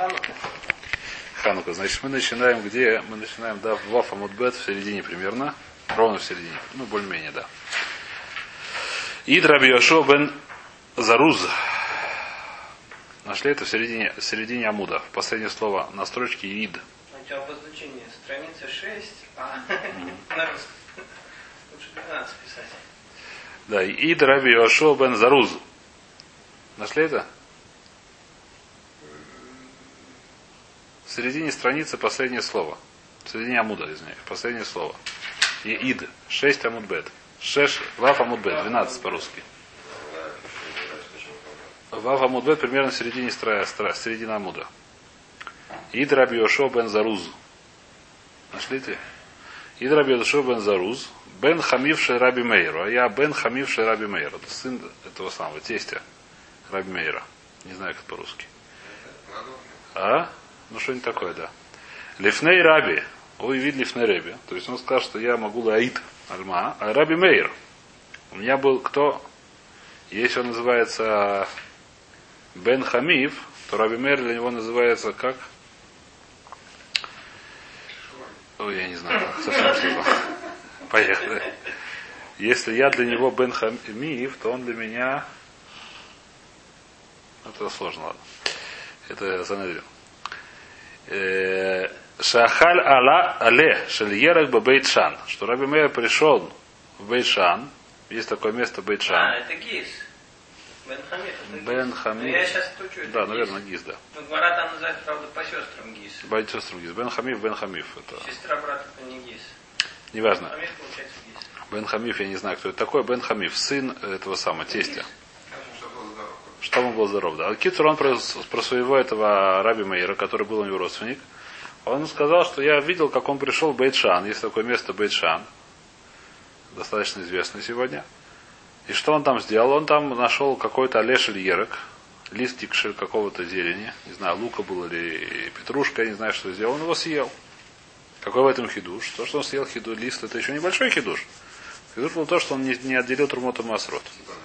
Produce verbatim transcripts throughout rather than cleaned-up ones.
Ханука. Ханука. Значит, мы начинаем где? Мы начинаем, да, в Ваф Амуд Бет в середине примерно. Ровно в середине. Ну, более-менее, да. Ид Раби Йошуа бен Заруз. Нашли это в середине, в середине Амуда. Последнее слово на строчке Ид. У тебя обозначение страница шесть, а на русском. Лучше двенадцать писать. Да, Ид Раби Йошуа бен Заруз. Нашли это? В середине страницы последнее слово. В середине Амуда, извиняюсь. Последнее слово. И Ид. Шесть Амуд Бет. Шеш, Ваф Амуд Бет. Двенадцать по-русски. Ваф Амуд Бет примерно в середине строя, строя, середина Амуда. Ид Раби Йошуа бен Заруз. Нашлите? Ид Раби Йошуа бен Заруз. Бен Хамивший Раби Мейру. А я Бен Хамивший Раби Мейру. Это сын этого самого тестя Раби Мейра. Не знаю, как по-русски. А? Ну, что-нибудь такое, да. Лифней Раби. Ой, вид Лифней Раби. То есть он сказал, что я могу лаид альма. А Раби Мейр. У меня был кто? Если он называется Бен Хамив, то Раби Мейр для него называется как? Ой, я не знаю, как совсем слово. Поехали. Если я для него Бен Хамив, то он для меня... Это сложно, ладно. Это Санедрин. Шахаль ала але шельерах бейт-шан. Что Раби Мейр пришел в Бейт-Шан. Есть такое место Бейт-Шан. А, это Гиз. Бен Хамив. Бен Хамив. Ну, я сейчас тучу. Да, наверное, Гиз, да. Ну, Гмара там называют, правда, по сестрам Гиз. По сестрам Гиз. Бен Хамив, Бен Хамив. Это... Сестра брата это не Гиз. Неважно. Хамив получается Гиз. Бен Хамив, я не знаю, кто это такой. Бен Хамив, сын этого самого тестя. Чтобы он был здоров, да. Кицур, он про, про своего этого Раби Мейра, который был у него родственник, он сказал, что я видел, как он пришел в Бейт-Шан. Есть такое место Бейт-Шан, достаточно известное сегодня. И что он там сделал? Он там нашел какой-то алешель ерек, листик какого-то зелени, не знаю, лука был или петрушка, я не знаю, что сделал. Он его съел. Какой в этом хидуш? То, что он съел хиду, лист, это еще небольшой хидуш. Хидуш был то, что он не, не отделил Трумоту Масрот.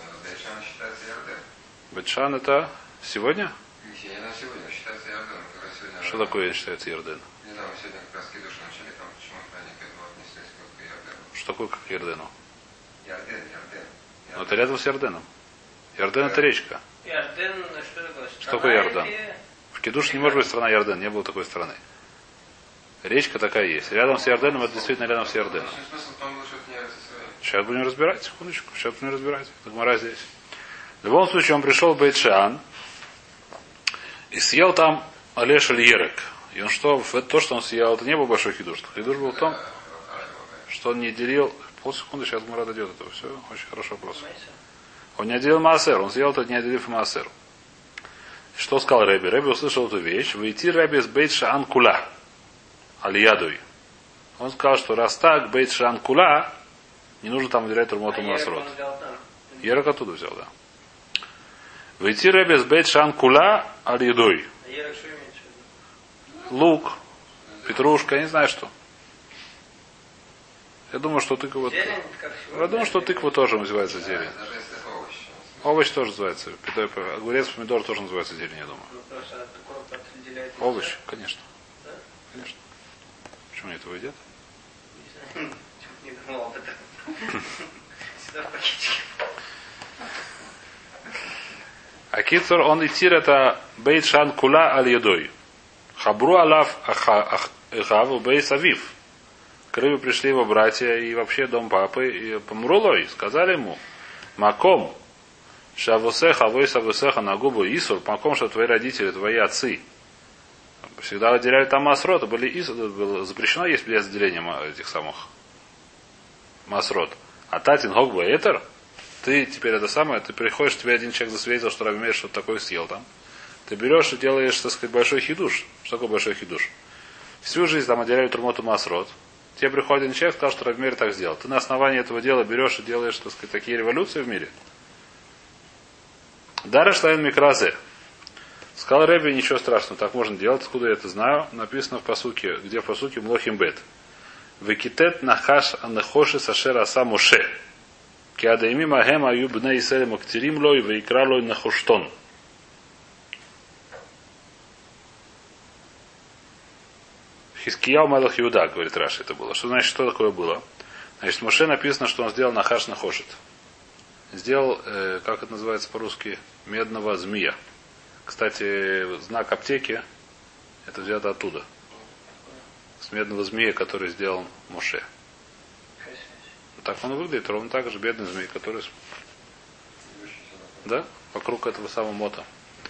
Бейт-Шан это сегодня? Не, сегодня считается Ярден. Сегодня Что такое считается Ярден? Не знаю, мы сегодня как раз кидуш начали, там почему-то они к этому отнеслись как к Ярдену. Что такое как Ярдену? Ярден, Ярден. Но это рядом с Ярденом. Ярден это речка. Ярден, что такое? Что такое Ярден? В Кидуш не может быть страна Ярден, не было такой страны. Речка такая есть. Рядом с Ярденом, это действительно рядом с Ярденом. Сейчас будем разбирать, секундочку, сейчас будем разбирать. Гмара здесь. В любом случае он пришел в Бейт-Шан и съел там алешель ерек. И он что, то, что он съел, это не был большой хидуш. Хидуш был в том, что он не делил. Полсекунды, сейчас Гмара дойдет этого. Все, очень хороший вопрос. Он не отделил маасер, он съел этот, не отделив маасер. Что сказал Рэби? Рэби услышал эту вещь. Выйти Рэби с Бейт-Шан кула. Алиядуй. Он сказал, что раз так, Бейт-Шан кула, не нужно там выделять Трумоту Масрот. Ерек оттуда взял, да. Выйти Рэби с Бейт-Шан кула алиядуй. Лук, петрушка, я не знаю что. Я думаю, что тыква... Я думаю, что тыква тоже называется зелень. Овощ тоже называется. Огурец, помидор тоже называется зелень, я думаю. Овощ, конечно. Конечно. Почему они этого едят? Не думал об этом. Всегда в пакетике. А кицур, он итир это Бейт-Шан кула аль-ядой. Хабру алав ахав бейс авив. К Рыбе пришли его братья и вообще дом папы и помрулой. Сказали ему, маком шавусеха войса вусеха на губу исур, маком, что твои родители, твои отцы всегда отделяли там масрот, были исур, было запрещено есть без отделения этих самых масрот. А татин гогба этер, ты теперь это самое, ты приходишь, тебе один человек засветил, что Раби Мейр что-то такое съел там. Ты берешь и делаешь, так сказать, большой хидуш. Что такое большой хидуш? Всю жизнь там отделяют Трумоту Масрот. Тебе приходит один человек, сказал, что Раби Мейр так сделал. Ты на основании этого дела берешь и делаешь, так сказать, такие революции в мире. Дара Шлайн Микразе. Сказал Рэби, ничего страшного, так можно делать. Откуда я это знаю? Написано в посуке, где в посуке Млохим Бет. Векитет нахаш анехоши сашера аса Моше. Киадаими магем аю бне Исраэль мактирим лой вейкра лой нахоштон. Хискияу Мелах Иуда, говорит Раши, это было. Что значит, что такое было? Значит, Моше написано, что он сделал нахаш нахошет. Сделал, э, как это называется по-русски, медного змея. Кстати, знак аптеки, это взято оттуда. С медного змея, который сделал Моше. Так он выглядит, ровно так же, бедный змей, который... Да? Вокруг этого самого мота.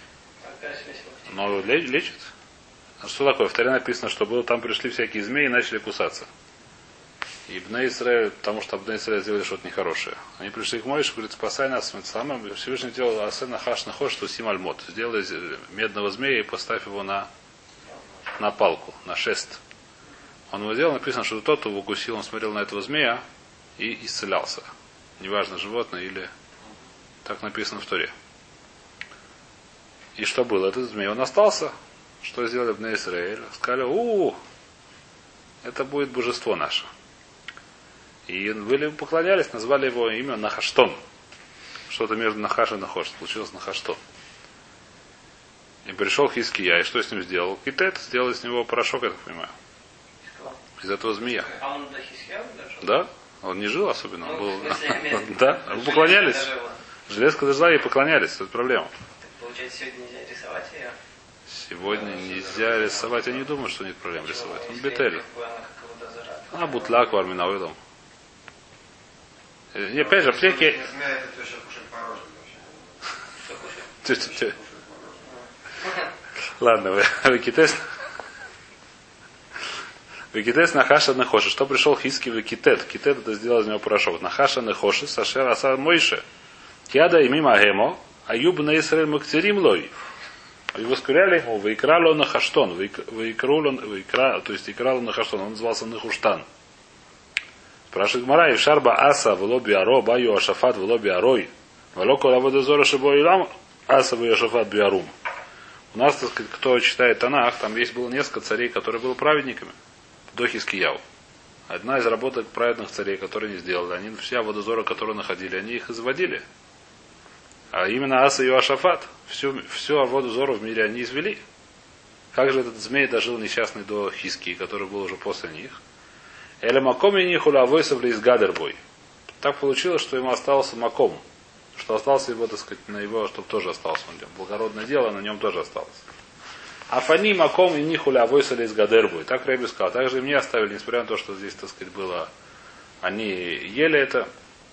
Но лечит? А что такое? В Торе написано, что было, там пришли всякие змеи и начали кусаться. И Бней Исраэль, потому что Бней Исраэль сделали что-то нехорошее. Они пришли к Моише, говорят, спасай нас. Самое Всевышний делал асена хаш нахош, что сим альмот. Сделай медного змея и поставь его на, на палку, на шест. Он его сделал, написано, что тот, кто его укусил, он смотрел на этого змея и исцелялся. Неважно, животное или... Так написано в Торе. И что было? Этот змей, он остался. Что сделали Бней Исраэль? Сказали, у, это будет божество наше. И были, поклонялись, назвали его имя Нахаштон. Что-то между Нахаш и Нахош. Получилось Нахаштон. И пришел Хиския, и что с ним сделал? Китет сделал из него порошок, я так понимаю. Из этого змея. А он до Хиския дошел? Да. Он не жил особенно. Ну, Он был... смысле, да, вы поклонялись. Железка дожила и поклонялись. Это проблема. Так, получается, сегодня нельзя рисовать ее? Сегодня нельзя рисовать. Я не думаю, что нет проблем рисовать. Он бетель. Она А бутляк варминауилом. И опять же, плеки... Ладно, Викитес... Викитес Нахаша Нехоши. Что пришел Хиски Викитет? Китет это сделал из него порошок. Нахаша Нехоши, Сашер Аса Мойше. Киада и мимо Агемо, Аюб на Исраэль Мактерим Лой. И воскуряли ему, выикрал он Нахаштон. Выикрал он, выикра, то есть икрал он Нахаштон. Он назывался Нехуштан. Спрашивает Гмара, и шарба аса в лоби аро, баю ашафат в лоби арой. Валоко лаводозора шибо илам, аса в ашафат биарум. У нас, так сказать, кто читает Танах, там есть было несколько царей, которые были праведниками. До Хискияу. Одна из работок праведных царей, которые не сделали, они вся водозора, которые находили, они их изводили. А именно Аса и Ашафат, всю, всю водозору в мире они извели. Как же этот змей дожил несчастный до Хискии, который был уже после них? Эля маком и нихуля войсовли из Гадербой. Так получилось, что ему остался маком. Что остался его, так сказать, на его, чтобы тоже остался. Благородное дело, на нем тоже осталось. А фани маком и нихуля войсали из Гадербой. Так Рэби сказал. Также и мне оставили, несмотря на то, что здесь, так сказать, было... Они ели это.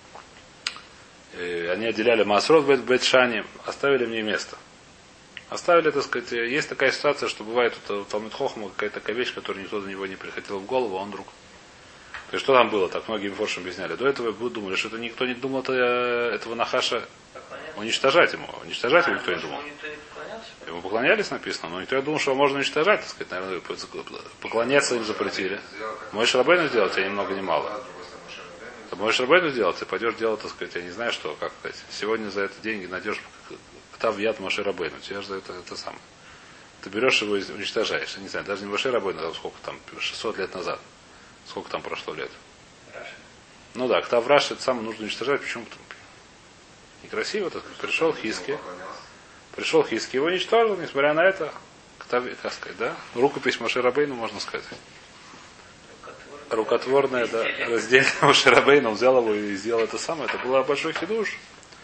Они отделяли Маасрот в Бет-Шане. Оставили мне место. Оставили, так сказать, есть такая ситуация, что бывает у Талмид Хохма какая-то такая вещь, которая никто до него не приходила в голову, а он вдруг... То есть что там было? Так многие мифоршим объясняли. До этого думали, что это никто не думал этого Нахаша уничтожать ему. Уничтожать ему никто не думал. Ему поклонялись, написано, но никто не думал, что его можно уничтожать, так сказать, наверное, поклоняться им запретили. Можешь Рабейну сделать, а ни много ни мало. Ты можешь Рабейну сделать, ты пойдешь делать, так сказать, я не знаю, что, как сказать, сегодня за это деньги найдешь ктав яд Моше Рабейну, тебе же за это, это самое. Ты берешь его и уничтожаешь, я не знаю, даже не Моше Рабейну, а сколько там, шестьсот лет назад. Сколько там прошло лет? Раши. Ну да, ктав Раши, это самое нужно уничтожать, почему? Некрасиво, так сказать, пришел Хиски. Пришел Хиски, его уничтожил, несмотря на это, как сказать, да? Рукопись Моше Рабейну, можно сказать. Рукотворное, да, разделение Моше Рабейну, он взял его и сделал это самое. Это было большой хидуш.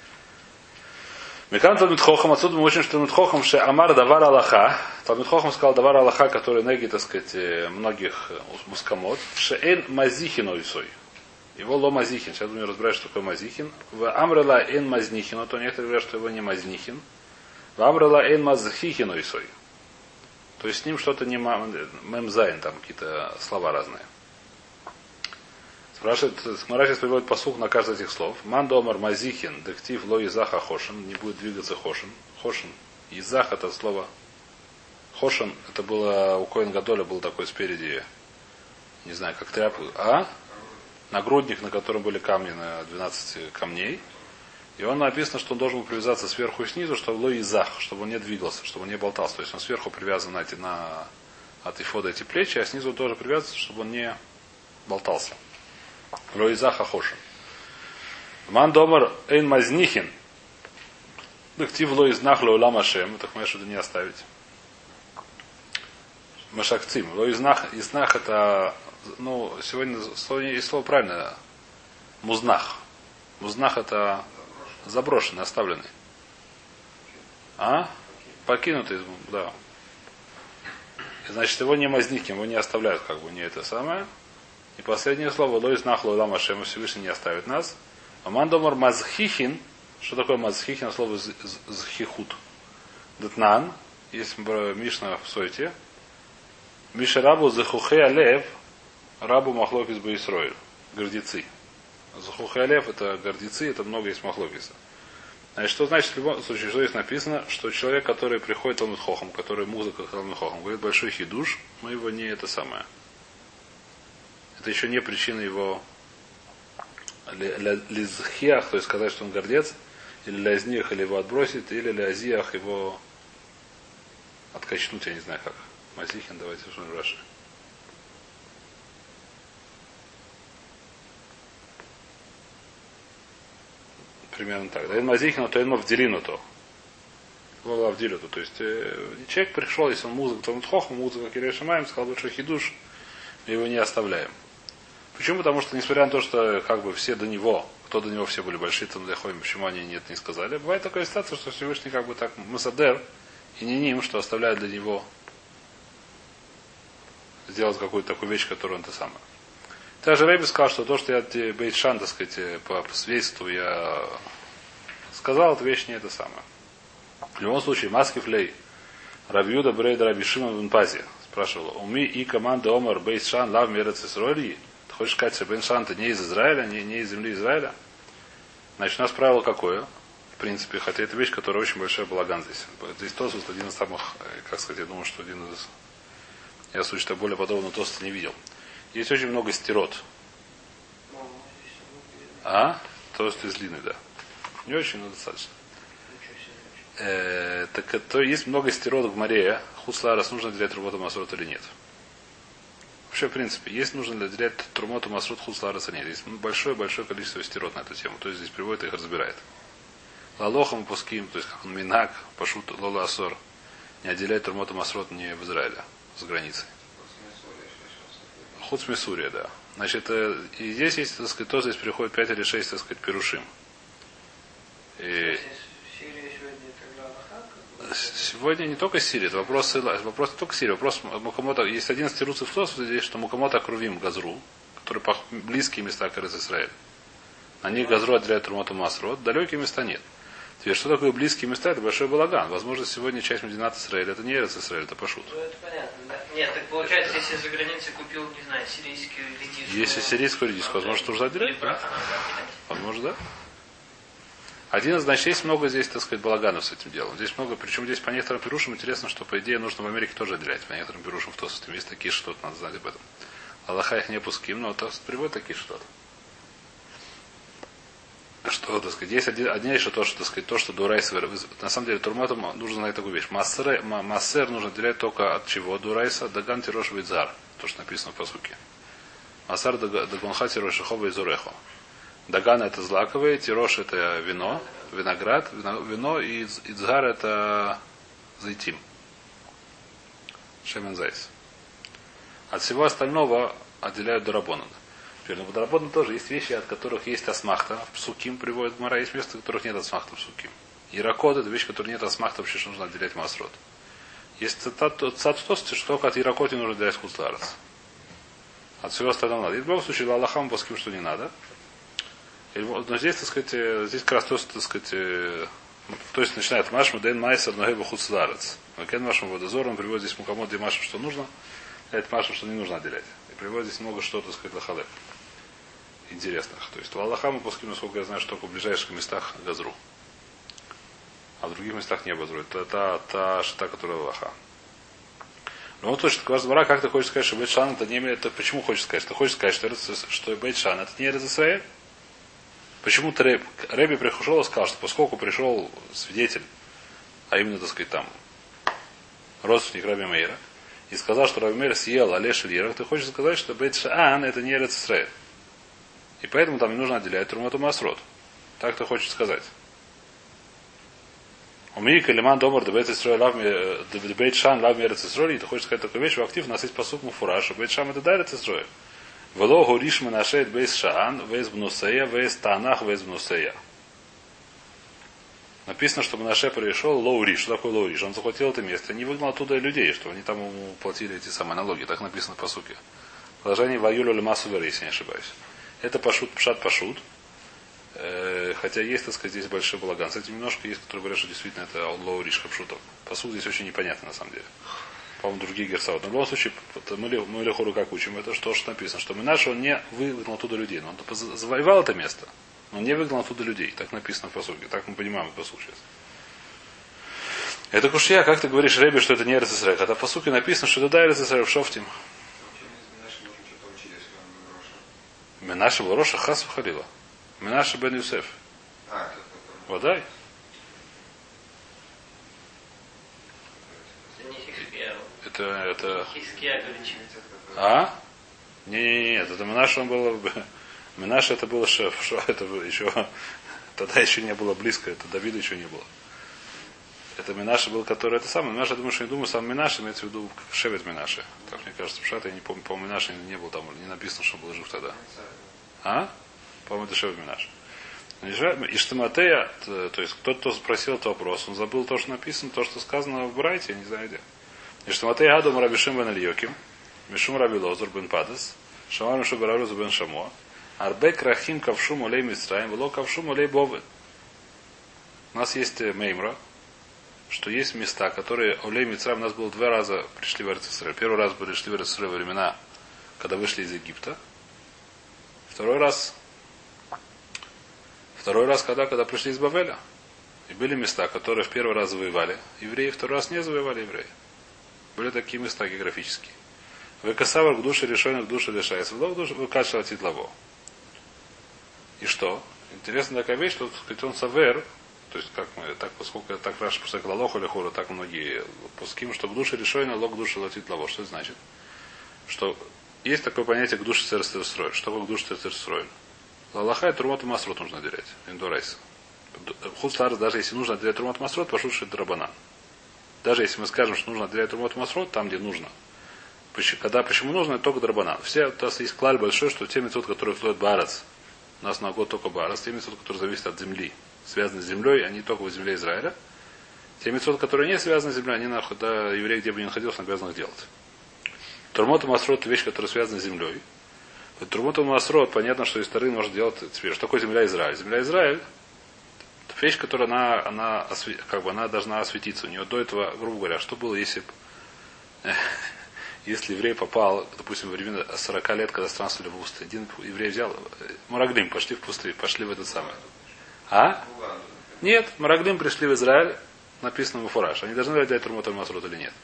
Мекан Талмид Хохам, отсюда мы учим, что Талмид Хохам, что Амар Давар Аллаха, Талмид Хохам сказал Давар Аллаха, который неги, так сказать, многих мускамот, Шеэн Мазихин Ойсой. Его ло Мазихин. Сейчас будем разбирать, что такое Мазихин. В Амрела Эн Мазнихин, то некоторые говорят, что его не Мазнихин. В Амрела Эн Мазхихин Ойсой. То есть с ним что-то не мемзайн, там какие-то слова разные. Спрашивает, Смара сейчас приводит посух на каждый из этих слов. Мандо Омар Мазихин, дектив ло Изаха Хошин, не будет двигаться Хошин. Хошин. Изах это слово. Хошин, это было у Коэн Гадоля был такой спереди, не знаю, как тряпка. А? Нагрудник, на котором были камни на двенадцать камней. И он написано, что он должен был привязаться сверху и снизу, чтобы ло Изах, чтобы он не двигался, чтобы он не болтался. То есть он сверху привязан на, эти, на от эфода эти плечи, а снизу тоже привязывается, чтобы он не болтался. Лоизаха Хошин. Ман домар эйн мазнихин. Дактив лоизнах леулам ашем. Так, понимаешь, это не оставить. Машактим. Ло изнах, изнах это, ну, сегодня слово, есть слово правильное. Музнах. Музнах это заброшенный, оставленный. А? Покинутый, да. Значит, его не мазники, его не оставляют, как бы, не это самое. И последнее слово, ло изнах ло лам Ашем, Всевышний не оставит нас. Аман домар мазхихин. Что такое мазхихин? Слово зхихут. Датнан. Есть Мишна в Сойте. Миша рабу захухе алев. Рабу махлокис баисроиль. Гордецы. Захухе алев это гордецы, это много есть махлокиса. Значит, что значит в любом случае, что здесь написано, что человек, который приходит Талмид Хохам, который музыка Талмид Хохам, говорит большой хидуш, мы его не это самое. Это еще не причина его лизхиах, то есть сказать, что он гордец, или лязнех, или его отбросит, или лязиах его откачнуть, я не знаю как. Мазихин, давайте что в Раши. Примерно так. Да, Мазихин, то ему вделину то. Вделину то. То есть э, человек пришел, если он музыка, то он хохом, музыка Кирешимаем, сказал большой хидуш, мы его не оставляем. Почему? Потому что, несмотря на то, что как бы все до него, кто до него все были большие, там доходим, почему они нет, не сказали. Бывает такая ситуация, что Всевышний как бы так Масадер и не ним, что оставляет для него сделать какую-то такую вещь, которую он то самое. Также Рэбби сказал, что то, что я Бейтшан, так сказать, по свидетельству я сказал, эта вещь не это самое. В любом случае, Маски Флей, Рабиуда Брейда Раби Шимон в Инпазе спрашивал, уми и команда Омар Бейтшан лав мерец Исроилии. Ты хочешь сказать, что Бейтшан ты не из Израиля, не, не из земли Израиля? Значит, у нас правило какое? В принципе, хотя это вещь, которая очень большой балаган здесь. Здесь Тосфот один из самых, как сказать, я думаю, что один из... Я, в что более подробно Тосфота не видел. Есть очень много стирот. А? Тост из длинный, да. Не очень, но достаточно. Э, так то есть много стирот в море. Хусларас нужно отделять Трумоту Масрут или нет? Вообще, в принципе, есть нужно отделять Трумоту Масрут Хуслараса нет. Есть большое-большое количество стирот на эту тему. То есть здесь приводит и их разбирает. Лалохам пуским, то есть как он минак, пашут лола асор, не отделяет Трумоту Масрут не в Израиле, с границей. Худ Смисурия, да. Значит, и здесь есть, так сказать, тоже здесь переходит пять или шесть, так сказать, перушим. И... Сегодня не только Сирия, это вопрос, вопрос не только Сирия, вопрос Мукамота. Есть один из тируцев в Тосфоте здесь, что Мукамота Крувим Газру, которые близкие места к Израиль. На них Газру отделяют Трумоту Масрот, далекие места нет. Теперь, что такое близкие места? Это большой балаган. Возможно, сегодня часть Мединат Израиля, это не Эрец Израиль, это пашут. Ну, это понятно, да? Нет, так получается, если за границей купил, не знаю, сирийскую редиску. Если сирийскую редиску, возможно, тоже отделять, да? Возможно, да. Один из, значит, есть много здесь, так сказать, балаганов с этим делом. Здесь много, причем здесь по некоторым пирушам интересно, что, по идее, нужно в Америке тоже отделять. По некоторым пирушам в Тосфоте есть такие что-то, надо знать об этом. Аллаха их не пуским, но Тосфот приводит такие что-то. Что, так сказать, есть один, один еще то, что, так сказать, то, что Дурайс, на самом деле, Турматом нужно знать такую вещь. Массер, массер нужно отделять только от чего? Дурайса, Даган Тирош Вейдзар. То, что написано в посуке. Массер Дагонха Тирош Шахова и Зурехо. Даган это злаковые, Тирош это вино, виноград, вино, вино и Идзгар это зайтим. Шемен зайс. От всего остального отделяют Дурабонан. Теперь, но в Дарабоне тоже есть вещи, от которых есть асмахта. В Псуким приводит Гмара, есть места, в которых нет асмахта в Псуким. Иракод это вещь, которая нет асмахта, вообще что нужно отделять масрот. Есть цитат что только от Иракоти нужно отделять Хуцларец. От всего остального надо. И в любом случае, Аллахам Пуским, что не надо. Но здесь, так сказать, здесь как раз то, так сказать, то есть начинает Машма, Дэн Майсер, Ногеба Хуцларец. Кен Машма Водозор, он приводит здесь Мукамот, где Машма, что нужно, а это Машма, что не нужно отделять. И приводит здесь много что, так сказать, лахалек интересных. То есть в Аллаха мы пуским, насколько я знаю, что только в ближайших местах Газру. А в других местах не Газру. Это та, та шита, которая Аллаха. Ну вот точно, Кварзбара, как ты хочешь сказать, что Бейтшан это не имеет. Почему хочешь сказать? Ты хочешь сказать, что, что Бейтшан это не Эрец Исраэль? Почему ты Рэбби, Рэбби пришел и сказал, что поскольку пришел свидетель, а именно, так сказать, там, родственник Раби Мейра, и сказал, что Раби Мейр съел Алеш Лирах, ты хочешь сказать, что Бейтшан это не Эрец Исраэль. И поэтому там не нужно отделять Трумату Масрот. Так ты хочешь сказать. Умирика лиман домар дебейт Исрой лав дебейт шан лав мерец Исрой. И ты хочешь сказать такую вещь, в актив у нас есть посук муфураж, бейт шам это дайрец Исрой. Вело гуриш менашет бейс шаан, вейс бнусея, вейс танах, вейс бнусея. Написано, что Менаше пришел Лоури. Что такое Лоури? Он захватил это место, не выгнал оттуда людей, что они там ему платили эти самые налоги. Так написано по суке. Положение Ваюлю Лемасу Веры, если не ошибаюсь. Это пашут, пшат пашут. Э, хотя есть, так сказать, здесь большой балаган. С этим немножко есть, которые говорят, что действительно это Лоури Шхапшутов. Посуд здесь очень непонятно на самом деле. По-моему, другие герсаут. Но в любом случае, мы, мы Лехору как учим, это что, что написано, что Менаше он не выгнал оттуда людей, но он завоевал это место. Но не выгнал оттуда людей. Так написано в посуке. Так мы понимаем в посуке сейчас. Это кушья, как ты говоришь, Ребе, что это не Эрец Исраэль. Хотя в посуке написано, что это да, Эрец Исраэль в Шофтим. Менаше был Роша, Хасу Халила. Менаше бен Юсеф. Водай. Это, это... А? Не-не-не, это Менаше он был... Менаше это было шеф, что это было еще, тогда еще не было близко, это Давида еще не было. Это Менаше был, который это самое. Менаше, я думаю, что не думаю, сам Менаше имеется в виду шевет Менаше. Так мне кажется, что я не помню, по-моему, Менаше не был там, не написано, что был жив тогда. А? По-моему, это шевет Менаше. Иштематея, то есть кто-то, кто спросил этот вопрос, он забыл то, что написано, то, что сказано в Брайте, я не знаю где. Иштематея Адом Рабишим бен Ильёким, Мишум Раби Лозер бен Падес, Шамар Мишум Барарузу бен Шамуа, Арбек Рахим Кавшум Олей Мицраим, Вело Кавшум Олей Бовы. У нас есть меймра, что есть места, которые Олей Мицраим, у нас было два раза пришли в Эрец Исраэль. Первый раз пришли в Эрец Исраэль во времена, когда вышли из Египта. Второй раз, второй раз, когда, когда пришли из Бавеля. И были места, которые в первый раз завоевали евреи, второй раз не завоевали евреи. Были такие места географические. Векасавр к душе решенных к душе лишается. Выкачивал титлаво. И что? Интересная такая вещь, что он савер, то есть как мы, так поскольку так Раши пусак лалох или хора, так многие пуским, что к душе решойна лог души латит лаво. Что это значит? Что есть такое понятие к душе церстроен. Что такое к душе церстроен? Лалаха и Трумот и Масрот нужно отделять. Индурайс. Хусларс, даже если нужно отделять Трумот и Масрот, пошут что это драбанан. Даже если мы скажем, что нужно отделять Трумот и Масрот, там, где нужно. Когда, почему нужно, это только драбанан. Все, у нас есть клаль большой, что те мецод, которые слоят барац, у нас на год только барац, те мецод, которые зависят от земли, связаны с землей, они только в земле Израиля. Те мецод, которые не связаны с землей, они нахуй, да, еврей, где бы ни находился, обязан их делать. Турмот и Масрот – это вещь, которая связана с землей. Турмот и Масрот, понятно, что из стороны можно делать теперь. Что такое земля Израиль? Земля Израиль – это вещь, которая она, она, как бы, она должна осветиться. У нее до этого, грубо говоря, что было, если Если еврей попал, допустим, во время сорока лет, когда странствовали в пустыне, один еврей взял, Мараглим, пошли в пустыню, пошли в этот самый. А? Нет, Мараглим пришли в Израиль, написано в Фураж. Они должны дать Трумот аль-Масрот или нет?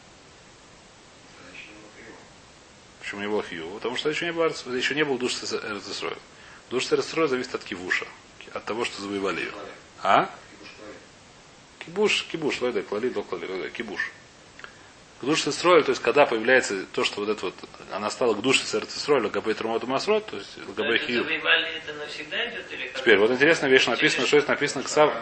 Почему не было хью? Потому что еще не было, еще не был душ Эрец-Исроэль. Душ Эрец-Исроэль зависит от кивуша, от того, что завоевали ее. А? Кибуш, кибуш, лойда, клали, доклали, кибуш. К душе Исроэль, то есть когда появляется то, что вот это вот, она стала к душе Исроэля, габей Трумот Масрот, то есть габей хью. Завоевали это навсегда идет или как? Теперь, вот интересная вещь написана, что есть написано к Сав.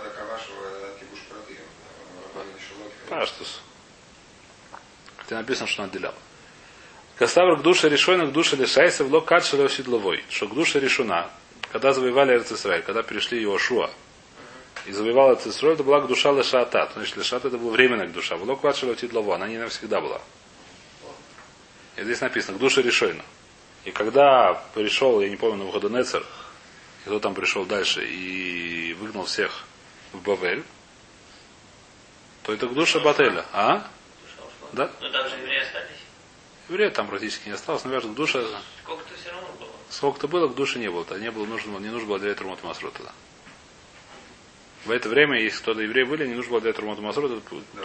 Паштус. Хотя написано, что он отделял. Касавр к душе решойна, к душе лишайся, в лок кадшело седловой. Что к душе решена, когда завоевали Эрец Исраэль, когда перешли Йошуа, и завоевал Эрец Исраэль, это была к душа лешаата. Значит, лешаата это была временная к душа. В лок кадшело седловой, она не навсегда была. И здесь написано, к душе решойна. И когда пришел, я не помню, Навуходонецер, и кто там пришел дальше и выгнал всех в Бавель, то это к душе Бателя. А? Да? Но там же евреи остались. Евреев там практически не осталось, но к душе. Сколько-то все равно было. Сколько-то было, к душе не было. То не было нужно, не нужно было для Трумот Масрот тогда. В это время, если кто-то евреи были, не нужно было для Трумот Масрот.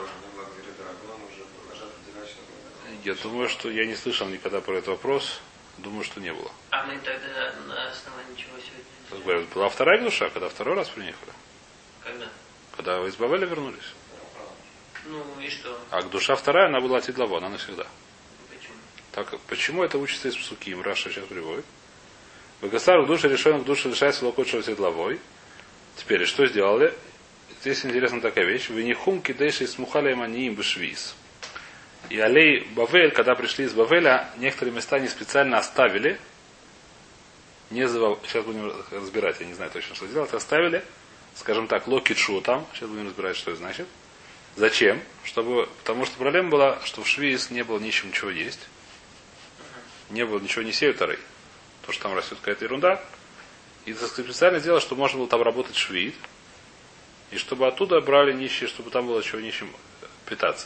Я думаю, что я не слышал никогда про этот вопрос. Думаю, что не было. А мы тогда на основании чего сегодня? Говорят, была вторая душа, когда второй раз приехали. Когда? Когда вы из Бавеля вернулись. Ну и что? А к душа вторая, она была Тидлаво, она навсегда. Почему? Так, почему это учится из Псуким? Раша сейчас приводит. Вегасар к душе решен, к душе лишается локотшего Тидлавой. Теперь, что сделали? здесь интересна такая вещь. Венихум кидейши смухалей маниим бешвиз. И алей Бавель, когда пришли из Бавеля, некоторые места не специально оставили. Не завал... Сейчас будем разбирать, я не знаю точно, что делать. Оставили, скажем так, локитшу там. Сейчас будем разбирать, что это значит. Зачем? Чтобы... Потому что проблема была, что в Швиз не было ничего, ничего есть. Не было ничего, не сеют арей. Потому что там растет какая-то ерунда. И специально сделали, чтобы можно было там работать швид. И чтобы оттуда брали нищие, чтобы там было чего нищим питаться.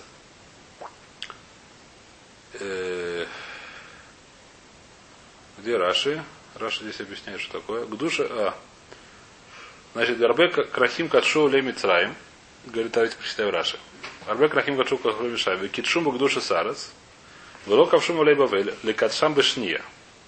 Где Раши? Раши здесь объясняет, что такое. К душе. А. Значит, Гарбе Крахим Катшу Ле Мицраим. Говорит, давайте прочитаем Раши. Гарбе Крахим Катшу Ле Мицраим. Китшум к душе Сарас. Вело Кавшум Ле Бавель. Лекатшам Бешния.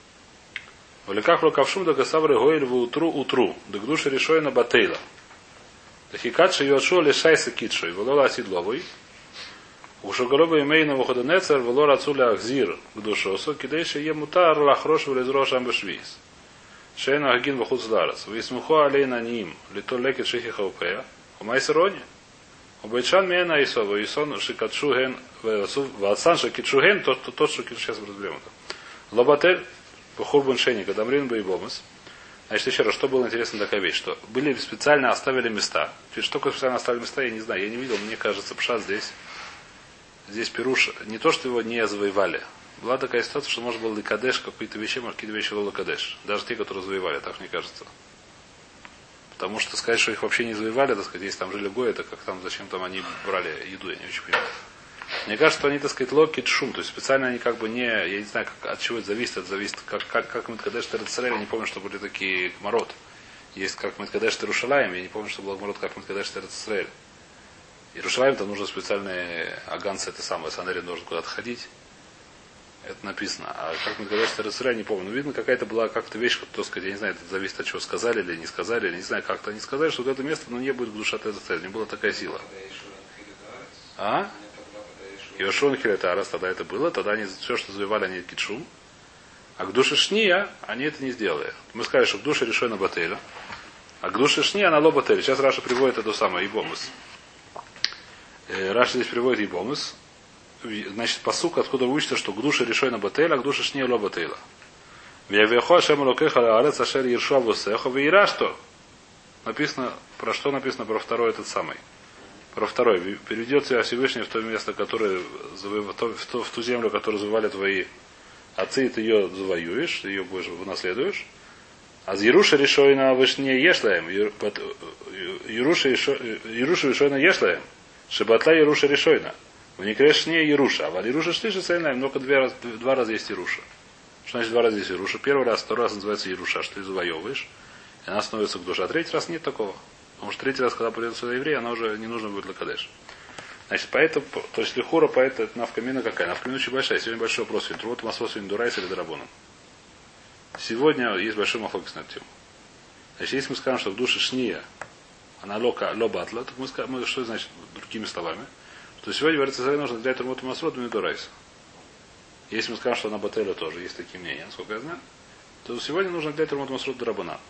Влеках Локавшум до Касавры Гойль в утру утру. До к душе решойна Батейла. Хикатши Йошо Лешайса Китшу. И Вело Ласидловый. Ушоголоба имейна выходонецер вело рацуля ахзир к душосу, кидейши емутар лахрош влезрош амбешвиз. Шейна агин вахуц ларас. Висмухо алейна ним, лито лекет шихи хаупея. Умайсерони. Убайчан мена исова, исон шикатшуген, ватсан шикитшуген, тот, тот, что сейчас разберем это. Лобатель, похурбун шейни, кадамрин бейбомас. Значит, еще раз, что было интересно такая вещь, что были специально оставили места. Что такое специально оставили места, я не знаю, я не видел, мне кажется, пша здесь. Здесь Пируш, не то, что его не завоевали. Была такая ситуация, что можно было Ликадеш, какие-то вещи, может, какие-то вещи было Ликадеш. Даже те, которые завоевали, так мне кажется. Потому что сказать, что их вообще не завоевали, так сказать, если там жили Гои, это как там, зачем там они брали еду, я не очень понимаю. Мне кажется, что они, так сказать, локит шум, то есть специально они как бы не, я не знаю, как, от чего это зависит, это зависит, как, как, как Миткадеш Терецерель, я не помню, что были такие Гмарот. Есть как Миткадеш Терушалаем, я не помню, что был Гмарот, как Миткадеш Терецерель. Иерушалаим, там нужно специальные аганцы, это самое, Санерин должен куда-то ходить. Это написано. А как мы говорили, что Рацуля, не помню. Но видно, какая-то была как-то вещь, что, сказать, я не знаю, это зависит от чего сказали или не сказали, или не знаю, как-то они сказали, что вот это место, но не будет душа Терецерель, не была такая сила. А? Иошуа Хилетарас, тогда это было, тогда они все, что завоевали, они китшум. А к душе Шния они это не сделали. Мы сказали, что к душе решена Бателя, а к душе Шния она ло Бателя. Сейчас Раша приводит это самое, Ибомус. Раша здесь приводит Ибомус. Значит, посук, откуда учится, что к душе решой на Бателя, а к душе шне ло Бателя. Вявехо шем локеха лаарец ашер ершуа вусехо веира что? Написано, про что написано, про второй этот самый. Про второй. Переведет тебя Всевышний в то место, которое, в, то, в, то, в ту землю, которую завоевали твои отцы, и ты ее завоюешь, ты ее будешь унаследуешь. А с Еруша решой на вышне ешлаем. Еруша решой на ешлаем. Шибатла Еруша решойна. В Некрешне Еруша. А в Еруша шлиша цельнаем, только два раза, два раза есть Еруша. Что значит два раза есть Еруша? Первый раз, второй раз называется Еруша, что ты завоевываешь. И она становится к душе. А третий раз нет такого. Потому что третий раз, когда придет сюда еврей, она уже не нужна будет для Кадеш. Значит, поэтому, то есть Лихура, поэтому навкамина какая? Навкамина очень большая. Сегодня большой вопрос. Трут Масос Индурайс или Дарабоном. Сегодня есть большой махлокис на эту тему. Значит, если мы скажем, что в душе Шния она лока, лобатла, так мы скажем, что значит другими словами, что сегодня в Эрцисраиле нужно для Турмута Масрот Мидурайса. Если мы скажем, что она Бателя тоже, есть такие мнения, насколько я знаю, то сегодня нужно для Турмута Масрот Дарабана.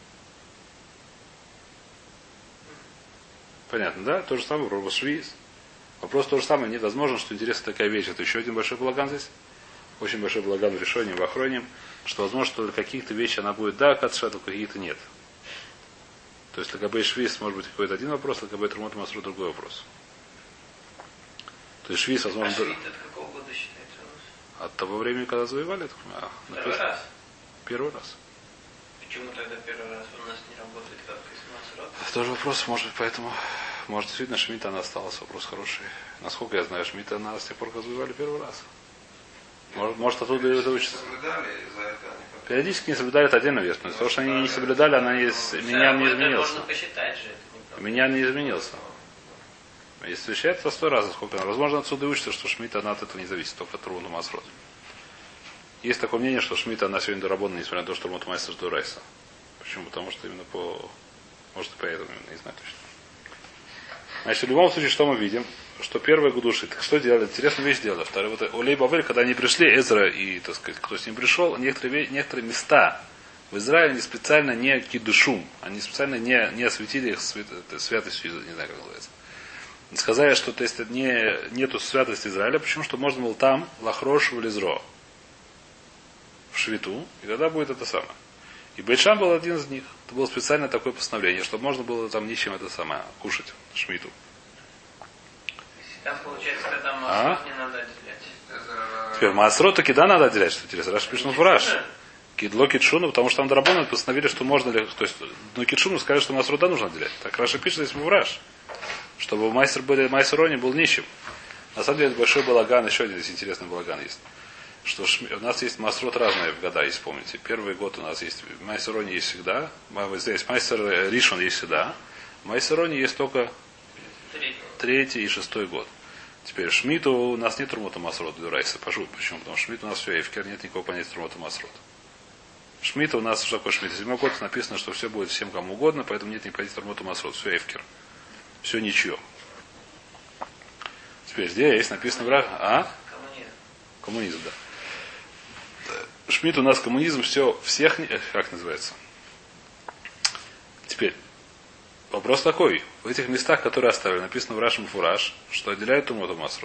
Понятно, да? То же самое про Швиз. Вопрос то же самое, невозможно, что интересна такая вещь. Это еще один большой балаган здесь. Очень большой балаган в решении, в охроне, что возможно, что какие-то вещи она будет да, катша, то какие-то нет. То есть Лагабей Швиз может быть какой-то один вопрос, Лагабей Трумот Масру другой вопрос. То есть Швиз, возможно... А Швид от какого года считается у нас? От того времени, когда завоевали. А, первый раз? Первый раз. Почему тогда первый раз у нас не работает как из Масрот? Это тоже вопрос, может быть, поэтому... Может, действительно, Шмидта она осталась. Вопрос хороший. Насколько я знаю, Шмидта она с тех пор, как завоевали первый раз. Может, может оттуда это учится. Периодически не соблюдали, это отдельно вес. Но то, что они не соблюдали, она не, меня не изменился. Меня не изменился. Если считать, то сто раз, сколько она. Возможно, отсюда учится, что Шмидта она от этого не зависит, только от Руна Масрот. Есть такое мнение, что Шмидта она сегодня доработана, несмотря на то, что Румот Майстер до Райса. Почему? Потому что именно по... Может, поэтому, не знаю точно. Значит, в любом случае, что мы видим? Что первые гудуши, так что делали? Интересную вещь делали. Второй, вот Олей Бавель, когда они пришли, Эзра и, так сказать, кто с ним пришел, некоторые, некоторые места В Израиле они специально не кидушум, они специально не, не осветили их свят, святостью, не знаю, как называется. Сказали, что то есть, не, нету святости Израиля, почему? Что можно было там лахрош в лизро, в швиту, и тогда будет это самое. И Бейт-Шам был один из них. Это было специально такое постановление, чтобы можно было там ничем это самое кушать, шмиту. Сейчас получается, когда маасрот а? не надо отделять. Теперь маасрот таки да надо отделять, что интересно. Раш пишет в Раш. Кидло китшуну, потому что там драбоны постановили, что можно ли. То есть, ну китшуну сказали, что маасрот да нужно отделять. Так Раша пишет здесь в Раш. Чтобы майсер были, майсерони был нищим. На самом деле большой балаган, еще один здесь интересный балаган есть. Что шми... у нас есть маасрот разные в года, если помните. Первый год у нас есть майсерони есть всегда. Здесь майсер Ришон есть всегда. Майсерони есть только третий и шестой год. Теперь шмиту у нас нет трумота масрот, дурайся. Почему? Потому что шмит у нас все эфкер, нет никакого понятия трумота масрот. Шмита у нас что такое шмит? Седьмой год написано, что все будет всем кому угодно, поэтому нет никакого понятия трумота масрот. Все эфкер. Все ничего. Теперь здесь есть написано враг. А? Коммунизм. Коммунизм, да. Шмидт у нас коммунизм, все, всех, как называется. Теперь, вопрос такой. В этих местах, которые оставили, написано в Рашем Фураж, что отделяют Тумот Масрот.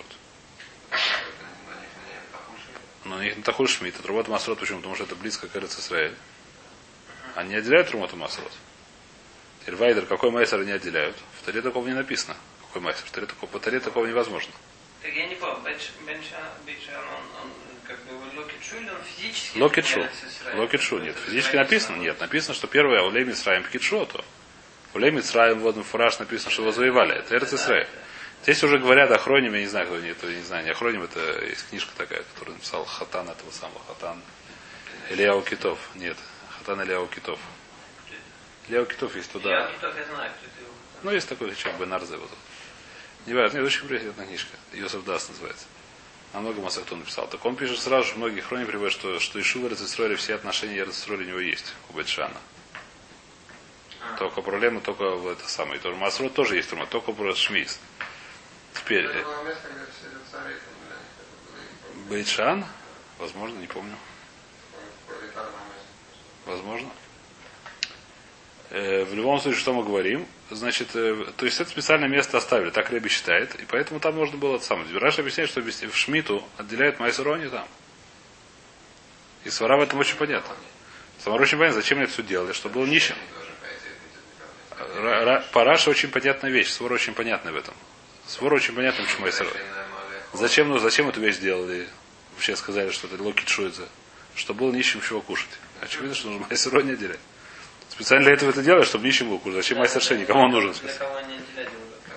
Но у них не такой Шмидт. Тумот Масрот, почему? Потому что это близко к Эрец Исраэль. Они не отделяют Тумот Масрот. Теперь Вайдер, какой майсер они отделяют? В Таре такого не написано. Какой майсер? В Таре такого, по Таре такого невозможно. Так я не помню, Беншан, он, он как бы Локитшуль, он физически... Локитшу. Локитшу, нет. Физически написано? Нет. Написано, что первое Улей Мицраим Пкитшу, то Улей Мицраим водным фураж написано, что его завоевали. Это Эрец Исраэль. Здесь уже говорят о Хроним, я не знаю, кто это, не знаю, не о Хроним, это есть книжка такая, которую написал Хатан этого самого, Хатан Ильяу Китов. Нет, Хатан Ильяу Китов. Ильяу Китов есть туда. Ильяу Китов, я знаю, кто это его. Ну, есть такой человек, Бенарзе вот. Не важно, нет, очень приятная книжка. Йосеф Дас называется. А много Масахту написал. Так он пишет сразу, что многие хрони приводят, что, что Ишув Эрец-Исроэль, все отношения Эрец-Исроэль у него есть, у Бет-Шана. А. Только проблема только в это самое. Тоже Масрот тоже есть трума, только про Шмис. Теперь. Бет-Шан? Возможно, не помню. Возможно. Э, в любом случае, что мы говорим? Значит, э, то есть это специальное место оставили, так Реби считает, и поэтому там можно было это самое. Раш объясняет, что в Шмиту отделяют майсерони там. И свара в этом очень понятно. Свара очень понятно, зачем они это все делали, чтобы было нищим. По Раше очень понятная вещь, свора очень понятна в этом. Свора очень понятна, почему майсерони. Зачем, ну, зачем эту вещь сделали? Вообще сказали, что это локит шуется, чтобы было нищим чего кушать. Очевидно, что нужно майсерони отделять. Специально для этого это делают, чтобы нищим был кушать. Зачем майстер шени? Кому он нужен? Для кого они отделять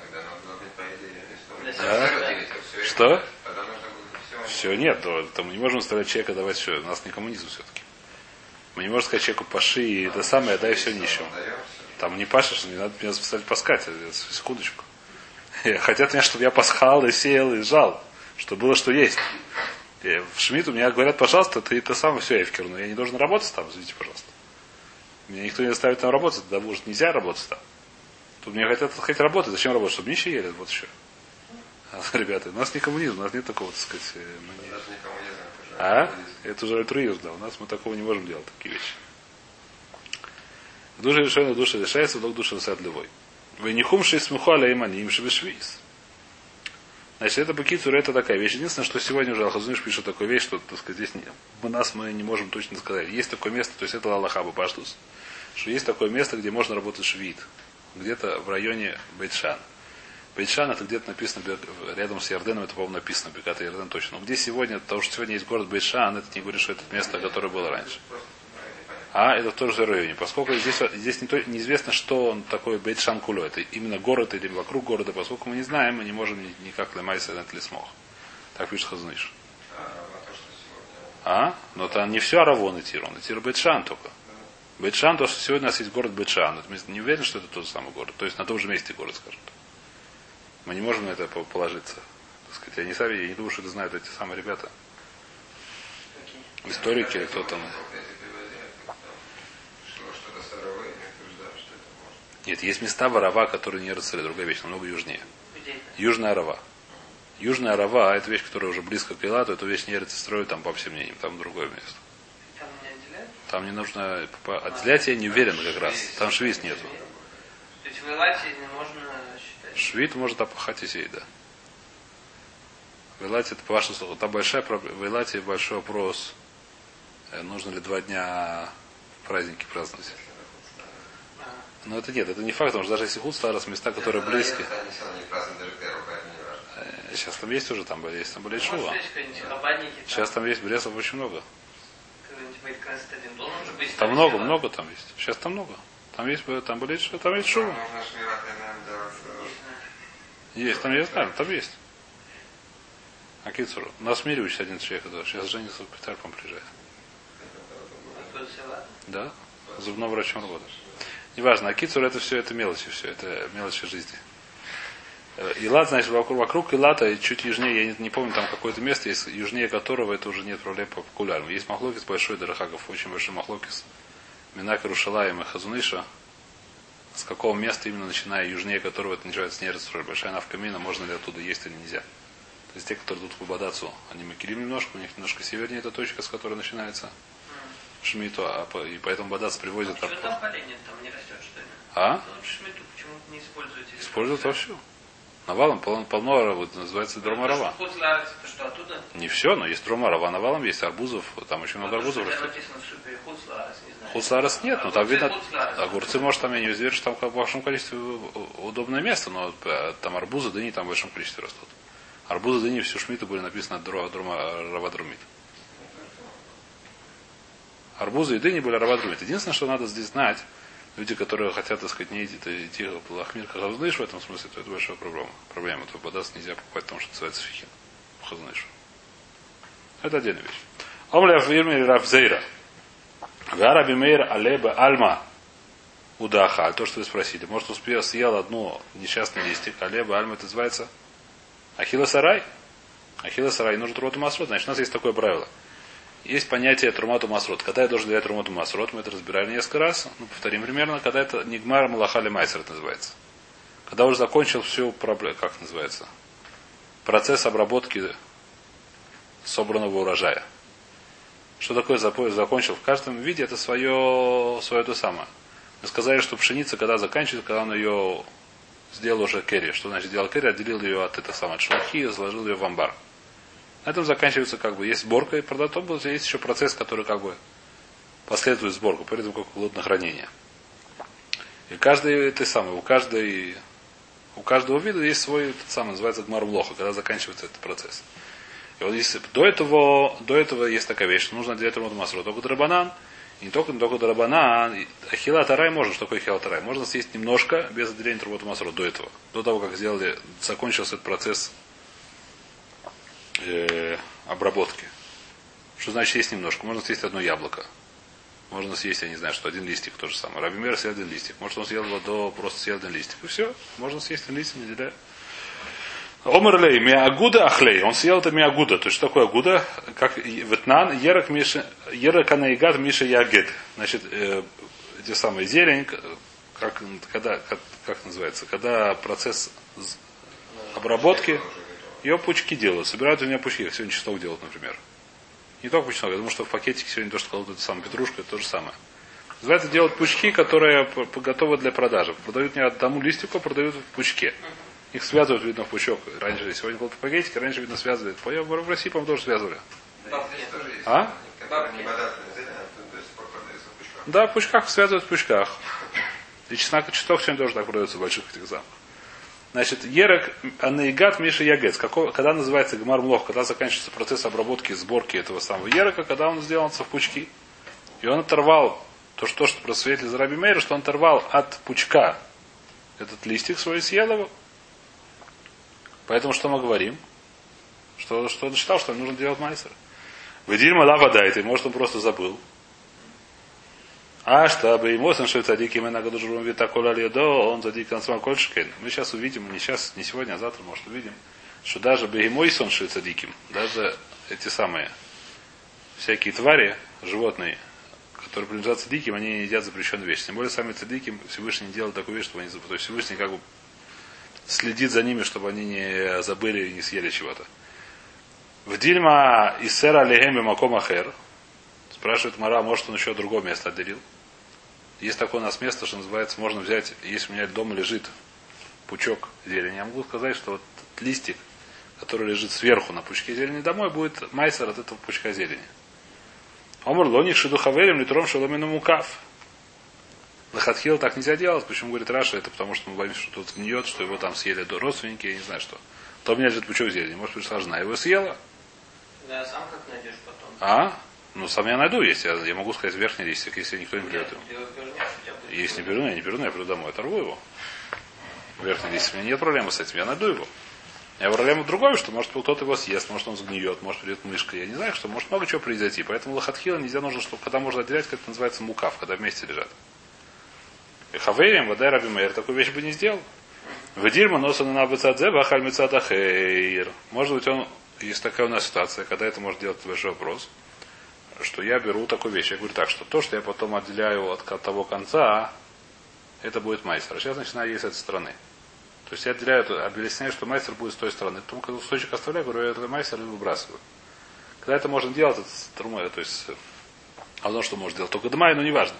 будут? А? Что? Все, нет, то, то мы не можем заставлять человека давать все. У нас не коммунизм все-таки. Мы не можем сказать человеку паши и это самое, дай все нищему. Там не пашешь, не надо меня заставить паскать. Секундочку. Хотят меня, чтобы я пасхал и сеял и жал. Чтобы было, что есть. И в Шмидт у меня говорят, пожалуйста, ты это самое все эфкер, но я не должен работать там, извините, пожалуйста. Меня никто не заставит там работать, тогда может нельзя работать там. Тут мне хотят хоть работать, зачем работать, чтобы нищие ели, вот еще. А, ребята, у нас не коммунизм, у нас нет такого, так сказать. Мы не... А? Это уже альтруизм, да. У нас мы такого не можем делать, такие вещи. В душе решение, в душе решается, в душе решает любой. Вы не хумши смухали имани, им шевишвиз. Значит, это бакицур, это такая вещь. Единственное, что сегодня уже Алхазуныш пишет такую вещь, что, так сказать, здесь не, мы нас мы не можем точно сказать. Есть такое место, то есть это Аллахаба Паштус, что есть такое место, где можно работать швид. Где-то в районе Бейт-Шан. Бейт-Шан это где-то написано рядом с Ярденом, это, по-моему, написано, Беката Ярден точно. Но где сегодня, потому что сегодня есть город Бейт-Шан, это не говорит, что это место, которое было раньше. А это в том же районе. Поскольку здесь, здесь не то, неизвестно, что он такой Бейт-Шан Куло. Это именно город или вокруг города. Поскольку мы не знаем, мы не можем никак лемайся на тлесмох. Так пишет Хазуныш. А? Но там не все Аравон и Тир. Он и Тир Бейт-Шан только. Бейт-Шан, то, что сегодня у нас есть город Бейт-Шан. Мы не уверены, что это тот же самый город. То есть на том же месте город, скажем так. Мы не можем на это положиться. Так сказать, я не сами, я не думаю, что это знают эти самые ребята. Историки или кто там. Нет, есть места в Арава, которые не Эрец-Исраэль, другая вещь, намного южнее. Южная Арава. Южная Арава, а это вещь, которая уже близко к Илату, эту вещь не Эрец-Исраэль, там по всем мнениям, там другое место. Там не отделяют? Там не нужно отделять, я не уверен как раз. Там швид нету. То есть в Илате не можно считать? Швид может опахать и сеять, да. В Илате, это по вашему слову, там большая проблема. В Илате большой вопрос, нужно ли два дня праздники праздновать. Но это нет, это не факт, потому что даже если худ старос, места, которые близкие. Сейчас там есть уже, там есть там были Шува. Сейчас там есть Бресов очень много. Там много, много там есть. Сейчас там много. Там есть, там были Шува, там есть Шува. Есть, там есть, да, там есть. А Кицур, у нас в мире учится один человек, сейчас женится в Петарком приезжает. Да, зубным врачом работает. Неважно, а Кицур это все, это мелочи все, это мелочи жизни. Илат, значит, вокруг, вокруг Илата, чуть южнее, я не, не помню, там какое-то место есть, южнее которого это уже нет проблем по популярному. Есть махлокис большой, Дарахагов, очень большой махлокис. Минака Рушалаем и Хазуныша. С какого места именно начиная, южнее которого это называется нерецфроль. Большая навкамина, можно ли оттуда есть или нельзя. То есть те, которые идут в Бадацу, они макелим немножко, у них немножко севернее эта точка, с которой начинается Шмиту, а по, и поэтому Бадац привозит. А почему там поле нет, там не растет, что ли? А? Шмиту почему не используете? Используют вовсю. Навалом полно, полно вот, называется дромарава. Что, оттуда? Не все, но есть дромарава. Навалом есть арбузов, там очень много арбузов растет. Хуцларес нет, но там видно, огурцы, может, там я не уверен, что там в большом количестве удобное место, но там арбузы, дыни там в большом количестве растут. Арбузы, дыни, всю шмиту были написано равадрумит. Арбузы и дыни были равадрумит. Единственное, что надо здесь знать, люди, которые хотят, так сказать, не идти, идти в лахмир хазныш в этом смысле, то это большая проблема. Проблема. То бадас нельзя покупать, потому что называется фихин. Хазныш. Это отдельная вещь. Омля фирме Рафзейра. Гараби мейр алеба альма удаха. То, что вы спросили. Может, успел, съел одну несчастный листик. Алеба альма, это называется Ахилла Сарай. Ахилла Сарай. Нужен трумату масрот. Значит, у нас есть такое правило. Есть понятие трумату масрот. Когда я должен давать трумату масрот, мы это разбирали несколько раз. Ну, повторим примерно. Когда это нигмар малахали майсер, это называется. Когда уже закончил всю проблему, как это называется? Процесс обработки собранного урожая. Что такое закончил? В каждом виде это свое, свое то самое. Мы сказали, что пшеница, когда заканчивается, когда он ее сделал уже керри. Что значит сделал керри? Отделил ее от этой самой шелухи и заложил ее в амбар. На этом заканчивается как бы, есть сборка, и потом есть еще процесс, который как бы последует сборку, перед этим как холодное хранение. И каждый, это самое, у каждой, у каждого вида есть свой, этот самый, называется гмар-блоха, когда заканчивается этот процесс. И вот если до этого, до этого есть такая вещь, что нужно делать ремонт масру, только драбанан, и не только, не только драбанан, ахилла тарай можно, что такое ахилла тарай? Можно съесть немножко без отделения ремонт масру до этого, до того, как сделали, закончился этот процесс Э, обработки. Что значит есть немножко? Можно съесть одно яблоко. Можно съесть, я не знаю, что один листик то же самое. Раби Мейр съел один листик. Может он съел его до просто съел один листик. И все. Можно съесть один листик, не деля. Омерлей, миагуда ахлей. Он съел это миагуда. То есть что такое агуда? Как ветнан, ерак миша, ерак анаигат миша ягет. Значит, э, те самые зелень, как, когда, как, как называется, когда процесс обработки, ее пучки делают. Собирают у меня пучки, как сегодня чеснок делают, например. Не только пучок, я думаю, что в пакетике сегодня то, что кладут это самое петрушка, это то же самое. Называется делают пучки, которые готовы для продажи. Продают не одному листику, продают в пучке. Их связывают, видно, в пучок. Раньше, сегодня кладут в пакетике, раньше, видно, связывают. В России, по-моему, тоже связывали. А? Да, в пучках связывают в пучках. И чеснок и чеснок сегодня тоже так продается в больших этих замках. Значит, ерек анаигат миша ягец. Когда называется гмар млох, когда заканчивается процесс обработки, сборки этого самого ерека, когда он сделался в пучки. И он оторвал, то, что, что просветили за Раби Мейра, что он оторвал от пучка этот листик свой, съел его. Поэтому что мы говорим? Что, что он считал, что нужно делать майсер. Выдильма лава дайте, может он просто забыл. А что бы ему что цадики мы на году живем вита кола ледо, он задик на кольшкен. Мы сейчас увидим, не сейчас, не сегодня, а завтра, может, увидим, что даже бегемойсон ши цадиким, даже эти самые всякие твари, животные, которые принадлежат цадиким, они не едят запрещенную вещь. Тем более сами цадиким Всевышний не делает такую вещь, чтобы они, то есть Всевышний как бы следит за ними, чтобы они не забыли и не съели чего-то. В дильма иссера лехем и маком ахер. Спрашивает Мара, может он еще другое место отделил? Есть такое у нас место, что называется, можно взять, если у меня дома лежит пучок зелени, я могу сказать, что вот листик, который лежит сверху на пучке зелени домой, будет майсер от этого пучка зелени. Омар лоник шедухаверим литром шеломину мукав. Лахатхил так нельзя делать. Почему говорит Раша? Это потому, что мы боимся, что тут гниет, что его там съели до родственники, я не знаю что. То у меня лежит пучок зелени. Может быть, жена его съела. Да, сам как найдешь потом. А? Ну, сам я найду, если я, я могу сказать верхний листик, если никто не берет его. Если не беру, я не беру, я приду домой, оторву его. Верхний листик. У меня нет проблемы с этим, я найду его. Я проблема другой, что может кто-то его съест, может он сгниет, может придет мышка. Я не знаю, что может много чего произойти. Поэтому лохатхила нельзя нужно, что когда можно отделять, как это называется мукав, когда вместе лежат. И хаверим, вода раби Мейер такую вещь бы не сделал. Ведирма носа на набыцадзе, бахаль мецадахейр. Может быть, он, есть такая у нас ситуация, когда это может делать большой вопрос, что я беру такую вещь. Я говорю так, что то, что я потом отделяю от, от того конца, это будет майстер. А сейчас начинаю есть с этой стороны. То есть я отделяю, объясняю, что майстер будет с той стороны. Потом, когда кусочек оставляю, говорю, я этот майстер и выбрасываю. Когда это можно делать, это трумэ, то есть, а то, что может делать только дмай, но не важно.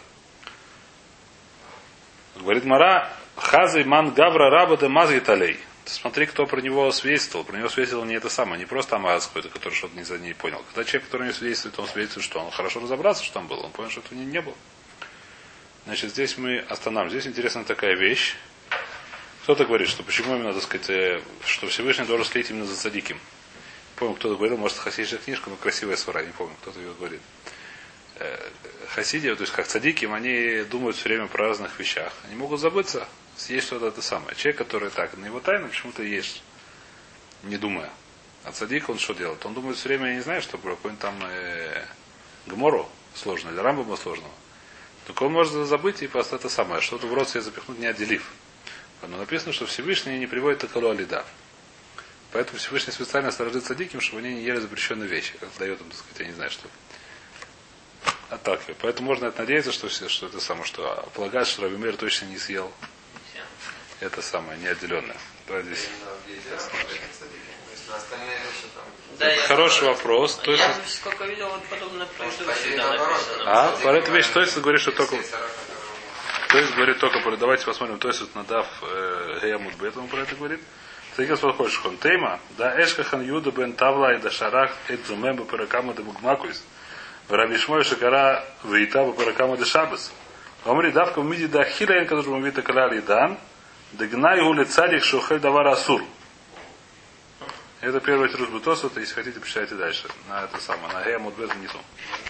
Говорит Мара, хазай ман гавра раба де мазги талей. Смотри, кто про него свидетельствовал. Про него свидетельствовал не это самое, не просто Амаз какой-то, который что-то не за ней понял. Когда человек, который не свидетельствует, он свидетельствует, что он хорошо разобрался, что там было. Он понял, что этого не, не было. Значит, здесь мы останавливаемся. Здесь интересная такая вещь. Кто-то говорит, что почему именно, так сказать, что Всевышний должен следить именно за цадиким. Не помню, кто-то говорил, может, хасидская книжка, но красивая свара, не помню, кто-то ее говорит. Хасиди, то есть как цадиким, они думают все время про разных вещах. Они могут забыться, съесть что-то это самое. Человек, который так, на его тайну почему-то есть, не думая. А цадик, он что делает? Он думает все время, я не знаю, что про какой-нибудь там э, Гмору сложно, или Рамбама сложного. Только он может забыть и просто это самое, что-то в рот себе запихнуть, не отделив. Но написано, что Всевышний не приводит такалу алида. Поэтому Всевышний специально сторожит цадиким, чтобы они не ели запрещенные вещи. Как дает им, так сказать, я не знаю, что. А так ли. Поэтому можно это надеяться, что, что это самое, что полагать, что Раби Мейер точно не съел. Это самое, неотделенное. Давай здесь. Да, хороший я, вопрос. То есть... Я сколько видел вот подобное происшествие всегда написано. А, про эту вещь, то есть говорит, что только. То есть говорит только про. Давайте посмотрим, то есть вот надав Геямут Бетом про это говорит. Цейкас подходишь хон тейма, да эшкахан юда бен тавла и да шарах эдзумем бапаракама де мугмакуис. В Рабишмой шакара вейта бапаракама де шабас. Омри давка в миди да хилаен, который мы видим калали дан, дегнай гули цадик шухель давар асур. Это первый трус бутос, если хотите, почитайте дальше. На это самое, на Геямут Бетом нету.